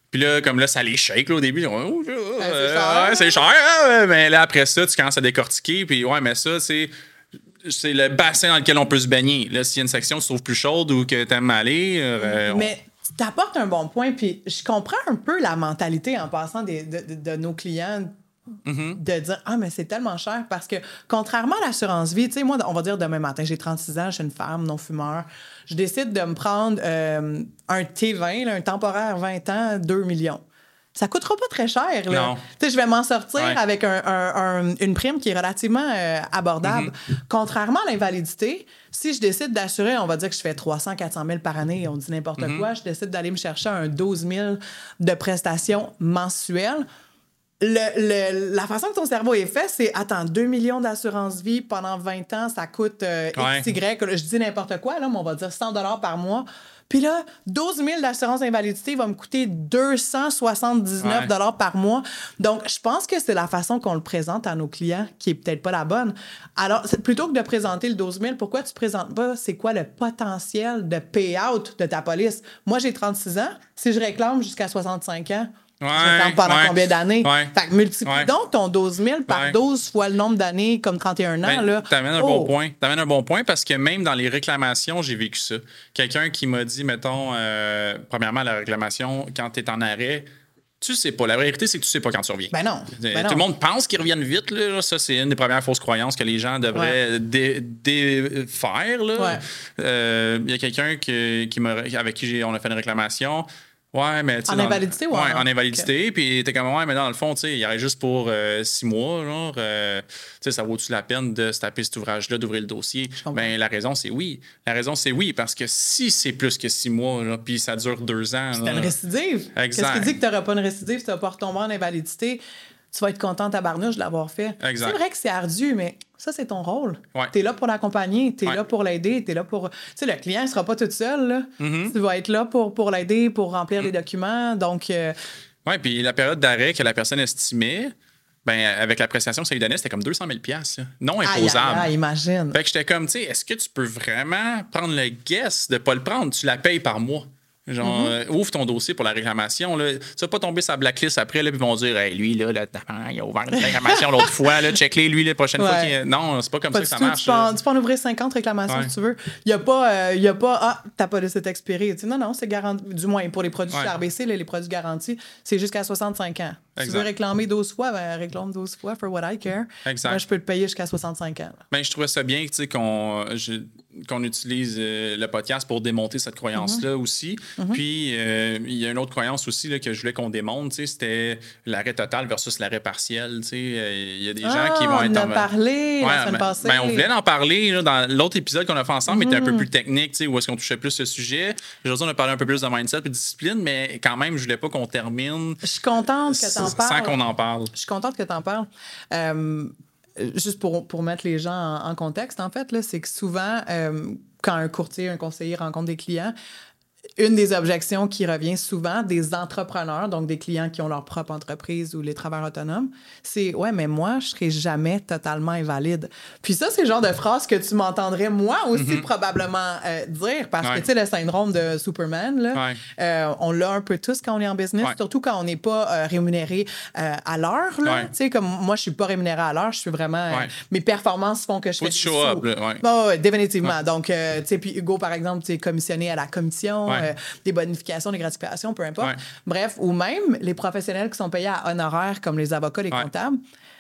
[SPEAKER 2] Puis là, comme là, ça les shake là, au début. Oh,
[SPEAKER 1] c'est
[SPEAKER 2] euh,
[SPEAKER 1] cher.
[SPEAKER 2] ouais, c'est cher. euh, Mais là, après ça, tu commences à décortiquer. Puis ouais, mais ça, c'est, c'est le bassin dans lequel on peut se baigner. Là, s'il y a une section que tu trouves plus chaude ou que tu aimes aller. Euh, on-
[SPEAKER 1] Mais tu t'apportes un bon point, puis je comprends un peu la mentalité en passant des, de, de, de nos clients. Mm-hmm. De dire, ah, mais c'est tellement cher parce que, contrairement à l'assurance vie, tu sais, moi, on va dire demain matin, j'ai trente-six ans, je suis une femme non-fumeur, je décide de me prendre euh, un T vingt, là, un temporaire vingt ans, deux millions. Ça coûtera pas très cher. Là. Tu sais, je vais m'en sortir ouais. avec un, un, un, une prime qui est relativement euh, abordable. Mm-hmm. Contrairement à l'invalidité, si je décide d'assurer, on va dire que je fais trois cents à quatre cent mille par année, on dit n'importe mm-hmm. quoi, je décide d'aller me chercher un douze mille de prestations mensuelles. Le, le, la façon que ton cerveau est fait, c'est, attends, deux millions d'assurance vie pendant vingt ans, ça coûte euh, ouais. X Y, je dis n'importe quoi, là, mais on va dire cent dollars par mois. Puis là, douze mille d'assurance invalidité va me coûter deux cent soixante-dix-neuf dollars ouais. par mois. Donc, je pense que c'est la façon qu'on le présente à nos clients qui est peut-être pas la bonne. Alors, plutôt que de présenter le douze mille, pourquoi tu présentes pas c'est quoi le potentiel de payout de ta police? Moi, j'ai trente-six ans. Si je réclame jusqu'à soixante-cinq ans,
[SPEAKER 2] Ouais,
[SPEAKER 1] je réclame pendant
[SPEAKER 2] ouais,
[SPEAKER 1] combien d'années?
[SPEAKER 2] Ouais,
[SPEAKER 1] fait que multiplie ouais, donc ton douze mille par ouais. douze fois le nombre d'années comme trente et un ans. Ben, là.
[SPEAKER 2] T'amènes un oh. bon point. T'amènes un bon point parce que même dans les réclamations, j'ai vécu ça. Quelqu'un qui m'a dit, mettons, euh, premièrement, la réclamation, quand t'es en arrêt, tu sais pas. La vérité, c'est que tu sais pas quand tu reviens.
[SPEAKER 1] Ben non.
[SPEAKER 2] Ben
[SPEAKER 1] non.
[SPEAKER 2] Tout le monde pense qu'ils reviennent vite. Là. Ça, c'est une des premières fausses croyances que les gens devraient ouais. dé- défaire. Il ouais. euh, y a quelqu'un qui, qui m'a, avec qui j'ai, on a fait une réclamation. Ouais, mais
[SPEAKER 1] en invalidité ou
[SPEAKER 2] ouais,
[SPEAKER 1] en...
[SPEAKER 2] en invalidité. Okay. Puis t'es comme, ouais, mais dans le fond, tu sais, il y aurait juste pour euh, six mois, genre, euh, tu sais, ça vaut-tu la peine de se taper cet ouvrage-là, d'ouvrir le dossier? Ben, la raison, c'est oui. La raison, c'est oui, parce que si c'est plus que six mois, là, puis ça dure deux ans.
[SPEAKER 1] C'est une récidive.
[SPEAKER 2] Exact.
[SPEAKER 1] Qu'est-ce qui dit que t'auras pas une récidive si t'as pas retombé en invalidité? Tu vas être content à barnouche de l'avoir fait.
[SPEAKER 2] Exact.
[SPEAKER 1] C'est vrai que c'est ardu, mais ça, c'est ton rôle.
[SPEAKER 2] Ouais.
[SPEAKER 1] Tu es là pour l'accompagner, tu es
[SPEAKER 2] ouais.
[SPEAKER 1] là pour l'aider, tu es là pour... Tu sais, le client ne sera pas tout seul. Là.
[SPEAKER 2] Mm-hmm.
[SPEAKER 1] Tu vas être là pour, pour l'aider, pour remplir mm-hmm. les documents. Donc... Euh...
[SPEAKER 2] Oui, puis la période d'arrêt que la personne estimait, ben, avec la prestation que ça lui donnait, c'était comme deux cent mille dollars non imposable.
[SPEAKER 1] Ah, imagine.
[SPEAKER 2] Fait que j'étais comme, tu sais, est-ce que tu peux vraiment prendre le guess de ne pas le prendre? Tu la payes par mois. Genre, mm-hmm. euh, ouvre ton dossier pour la réclamation. Là. Tu vas pas tomber sur la blacklist après, là, puis ils vont dire, hey, lui, là, là, il a ouvert une réclamation l'autre fois, là, check-les, lui, la prochaine ouais. fois. Qu'il... Non, c'est pas comme pas ça que ça marche.
[SPEAKER 1] Tu peux, en, tu peux en ouvrir cinquante réclamations ouais. si tu veux. Il n'y a pas, euh, y a pas, ah, ta police est expirée. Tu sais, non, non, c'est garanti. Du moins, pour les produits ouais. R B C, là, les produits garantis, c'est jusqu'à soixante-cinq ans. Si tu veux réclamer douze fois, ben, réclame douze fois, for what I care.
[SPEAKER 2] Exact.
[SPEAKER 1] Moi, je peux le payer jusqu'à soixante-cinq ans.
[SPEAKER 2] Ben, je trouvais ça bien qu'on, je, qu'on utilise euh, le podcast pour démonter cette croyance-là mm-hmm. aussi. Mm-hmm. Puis, euh, il y a une autre croyance aussi là, que je voulais qu'on démonte, c'était l'arrêt total versus l'arrêt partiel. Il euh, y a des
[SPEAKER 1] ah,
[SPEAKER 2] gens qui vont être...
[SPEAKER 1] On en a parlé
[SPEAKER 2] ouais,
[SPEAKER 1] la semaine
[SPEAKER 2] ben,
[SPEAKER 1] passée.
[SPEAKER 2] Ben, on voulait en parler là, dans l'autre épisode qu'on a fait ensemble, mm-hmm. mais était un peu plus technique, où est-ce qu'on touchait plus ce sujet. Aujourd'hui, on a parlé un peu plus de mindset et de discipline, mais quand même, je voulais pas qu'on termine...
[SPEAKER 1] Je suis contente que t'en parles.
[SPEAKER 2] Sans qu'on en parle.
[SPEAKER 1] Je suis contente que tu en parles. Euh, juste pour, pour mettre les gens en, en contexte, en fait, là, c'est que souvent, euh, quand un courtier, un conseiller rencontre des clients, une des objections qui revient souvent des entrepreneurs, donc des clients qui ont leur propre entreprise ou les travailleurs autonomes, c'est « Ouais, mais moi, je ne serai jamais totalement invalide. » Puis ça, c'est le genre de phrase que tu m'entendrais moi aussi mm-hmm. probablement euh, dire parce ouais. que, tu sais, le syndrome de Superman, là, ouais. euh, on l'a un peu tous quand on est en business, ouais. surtout quand on n'est pas euh, rémunéré euh, à l'heure. Là. Ouais. Tu sais, comme moi, je ne suis pas rémunéré à l'heure, je suis vraiment... Euh, ouais. mes performances font que je
[SPEAKER 2] Faut
[SPEAKER 1] fais
[SPEAKER 2] du show up, là, ouais.
[SPEAKER 1] Oh, ouais, définitivement. Ouais. Donc, euh, tu sais, puis Hugo, par exemple, tu es commissionné à la commission, ouais. euh, des bonifications, des gratifications, peu importe. Ouais. Bref, ou même les professionnels qui sont payés à honoraires, comme les avocats, les ouais. comptables.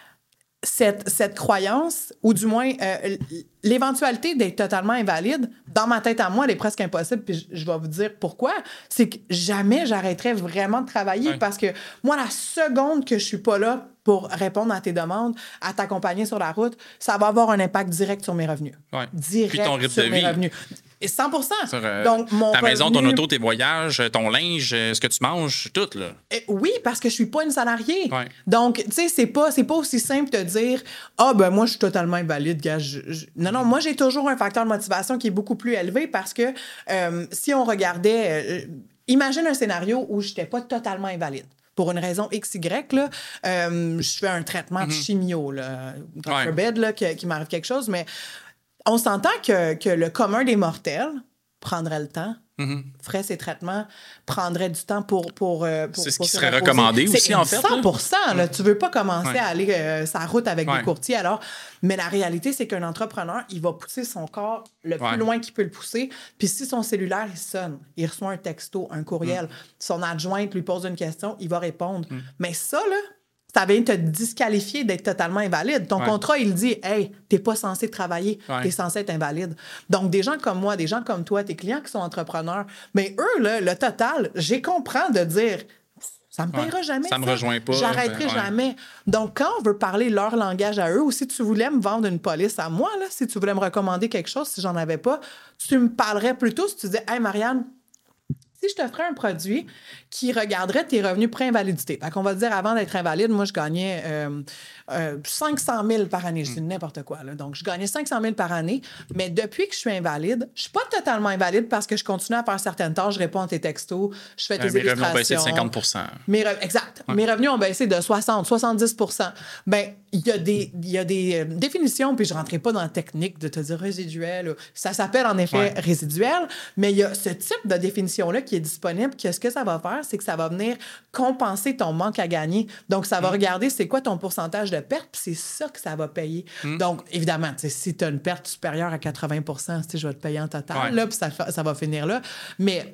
[SPEAKER 1] Cette, cette croyance, ou du moins euh, l'éventualité d'être totalement invalide, dans ma tête à moi, elle est presque impossible, puis je, je vais vous dire pourquoi. C'est que jamais j'arrêterais vraiment de travailler ouais. parce que moi, la seconde que je suis pas là pour répondre à tes demandes, à t'accompagner sur la route, ça va avoir un impact direct sur mes revenus.
[SPEAKER 2] Ouais.
[SPEAKER 1] Direct
[SPEAKER 2] puis ton rythme
[SPEAKER 1] sur
[SPEAKER 2] de
[SPEAKER 1] mes
[SPEAKER 2] vie.
[SPEAKER 1] revenus. Et cent pour cent.
[SPEAKER 2] Sur, euh,
[SPEAKER 1] Donc, mon
[SPEAKER 2] ta
[SPEAKER 1] revenu...
[SPEAKER 2] maison, ton auto, tes voyages, ton linge, ce que tu manges, tout, là.
[SPEAKER 1] Et oui, parce que je suis pas une salariée.
[SPEAKER 2] Ouais.
[SPEAKER 1] Donc, tu sais, c'est pas, c'est pas aussi simple de dire « Ah, ben moi, je suis totalement invalide, gars. Je, je... » Non, non, moi, j'ai toujours un facteur de motivation qui est beaucoup plus élevé parce que euh, si on regardait... Euh, imagine un scénario où je n'étais pas totalement invalide. Pour une raison X Y, là, euh, je fais un traitement mm-hmm. de chimio, là, God
[SPEAKER 2] ouais.
[SPEAKER 1] forbid, là, qu'il, qu'il m'arrive quelque chose, mais on s'entend que, que le commun des mortels prendrait le temps,
[SPEAKER 2] mm-hmm.
[SPEAKER 1] ferait ses traitements, prendrait du temps pour... pour, euh, pour
[SPEAKER 2] c'est ce
[SPEAKER 1] pour
[SPEAKER 2] qui
[SPEAKER 1] se
[SPEAKER 2] serait
[SPEAKER 1] reposer.
[SPEAKER 2] recommandé
[SPEAKER 1] C'est
[SPEAKER 2] aussi, en fait.
[SPEAKER 1] cent pour cent. Là, tu veux pas commencer
[SPEAKER 2] ouais.
[SPEAKER 1] à aller euh, sa route avec
[SPEAKER 2] ouais.
[SPEAKER 1] des courtiers. Alors, mais la réalité, c'est qu'un entrepreneur, il va pousser son corps le plus
[SPEAKER 2] ouais.
[SPEAKER 1] loin qu'il peut le pousser. Puis si son cellulaire, il sonne, il reçoit un texto, un courriel, mm. son adjointe lui pose une question, il va répondre. Mm. Mais ça, là, ça vient te disqualifier d'être totalement invalide. Ton ouais. contrat, il dit « Hey, t'es pas censé travailler, ouais. t'es censé être invalide. » Donc, des gens comme moi, des gens comme toi, tes clients qui sont entrepreneurs, mais eux, là, le total, j'ai comprends de dire « Ça me paiera
[SPEAKER 2] ouais.
[SPEAKER 1] jamais,
[SPEAKER 2] ça.
[SPEAKER 1] Ça
[SPEAKER 2] me rejoint pas.
[SPEAKER 1] J'arrêterai
[SPEAKER 2] ben, ouais.
[SPEAKER 1] jamais. » Donc, quand on veut parler leur langage à eux, ou si tu voulais me vendre une police à moi, là, si tu voulais me recommander quelque chose, si j'en avais pas, tu me parlerais plutôt si tu disais « Hey, Marianne, si je te ferais un produit qui regarderait tes revenus pré-invalidité. » Fait qu'on va dire, avant d'être invalide, moi, je gagnais euh, euh, cinq cent mille par année. Je dis n'importe quoi, là. Donc, je gagnais cinq cent mille par année. Mais depuis que je suis invalide, je suis pas totalement invalide parce que je continue à faire certaines tâches, je réponds à tes textos, je fais tes
[SPEAKER 2] euh, mes
[SPEAKER 1] illustrations.
[SPEAKER 2] Mes revenus ont baissé de cinquante pour cent.
[SPEAKER 1] Mes re... Exact. Ouais. Mes revenus ont baissé de soixante, soixante-dix pour cent. Bien, il y a des, il y a des euh, définitions, puis je ne rentrerai pas dans la technique de te dire résiduel. Ça s'appelle en effet ouais. résiduel, mais il y a ce type de définition-là qui est disponible, que ce que ça va faire, c'est que ça va venir compenser ton manque à gagner. Donc, ça va mm. regarder c'est quoi ton pourcentage de perte, puis c'est ça que ça va payer. Mm. Donc, évidemment, si tu as une perte supérieure à quatre-vingts pour cent, je vais te payer en total, ouais. là, puis ça, ça va finir là. Mais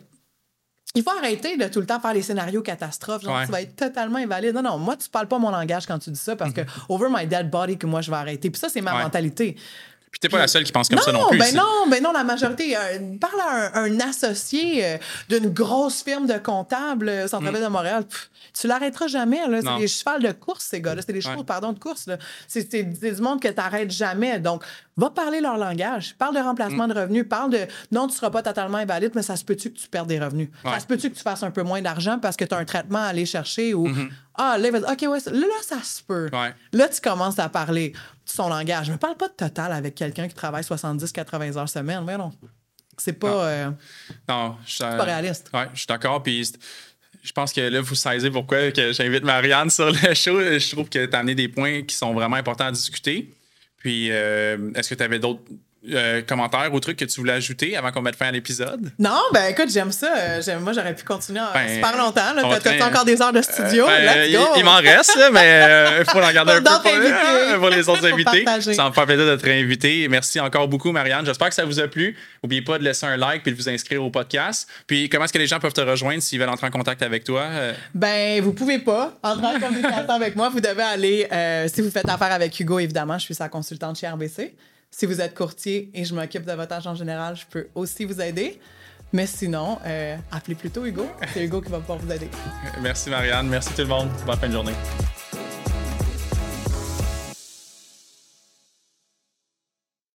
[SPEAKER 1] il faut arrêter de tout le temps faire les scénarios catastrophes, genre ouais. tu vas être totalement invalide. Non, non, moi, tu parles pas mon langage quand tu dis ça, parce mm-hmm. que over my dead body que moi, je vais arrêter. Puis ça, c'est ma ouais. mentalité.
[SPEAKER 2] Puis t'es pas Puis, la seule qui pense comme
[SPEAKER 1] non,
[SPEAKER 2] ça non plus.
[SPEAKER 1] Ben non, ben non, la majorité. Euh, parle à un, un associé euh, d'une grosse firme de comptables euh, Centre-Ville mm. de Montréal. Pff, tu l'arrêteras jamais. Là. C'est des chevals de course, ces gars-là. C'est des chevaux, ouais. pardon, de course. Là. C'est, c'est, c'est du monde que tu n'arrêtes jamais. Donc, va parler leur langage. Parle de remplacement mm. de revenus. Parle de non, tu ne seras pas totalement invalide, mais ça se peut-tu que tu perdes des revenus. Ouais. Ça se peut-tu que tu fasses un peu moins d'argent parce que tu as un traitement à aller chercher ou. Mm-hmm. Ah, là, OK, ouais, là, là, ça se peut. Ouais. Là, tu commences à parler de son langage. Je ne parle pas de total avec quelqu'un qui travaille soixante-dix à quatre-vingts heures semaine. Mais non, c'est pas, non. Euh,
[SPEAKER 2] non, je,
[SPEAKER 1] c'est pas réaliste.
[SPEAKER 2] Oui, je suis d'accord. Puis je pense que là, vous saisissez pourquoi que j'invite Marianne sur le show. Je trouve que tu as amené des points qui sont vraiment importants à discuter. Puis, euh, est-ce que tu avais d'autres Euh, commentaires ou trucs que tu voulais ajouter avant qu'on mette fin à l'épisode?
[SPEAKER 1] Non, ben écoute, j'aime ça. J'aime, moi, j'aurais pu continuer ben, super longtemps. Là. T'as,
[SPEAKER 2] train...
[SPEAKER 1] t'as encore des heures de studio?
[SPEAKER 2] Euh, ben,
[SPEAKER 1] Let's go!
[SPEAKER 2] Il, il m'en reste, là, mais il euh, faut en garder un peu pour,
[SPEAKER 1] euh,
[SPEAKER 2] pour les autres invités. Ça me fait plaisir de te réinviter. Merci encore beaucoup, Marianne. J'espère que ça vous a plu. N'oubliez pas de laisser un like et de vous inscrire au podcast. Puis, comment est-ce que les gens peuvent te rejoindre s'ils veulent entrer en contact avec toi?
[SPEAKER 1] Ben, vous pouvez pas entrer en communication avec moi. Vous devez aller, euh, si vous faites affaire avec Hugo, évidemment, je suis sa consultante chez R B C. Si vous êtes courtier et je m'occupe de votre argent général, je peux aussi vous aider. Mais sinon, euh, appelez plutôt Hugo. C'est Hugo qui va pouvoir vous aider.
[SPEAKER 2] Merci Marianne. Merci tout le monde. Bonne fin de journée.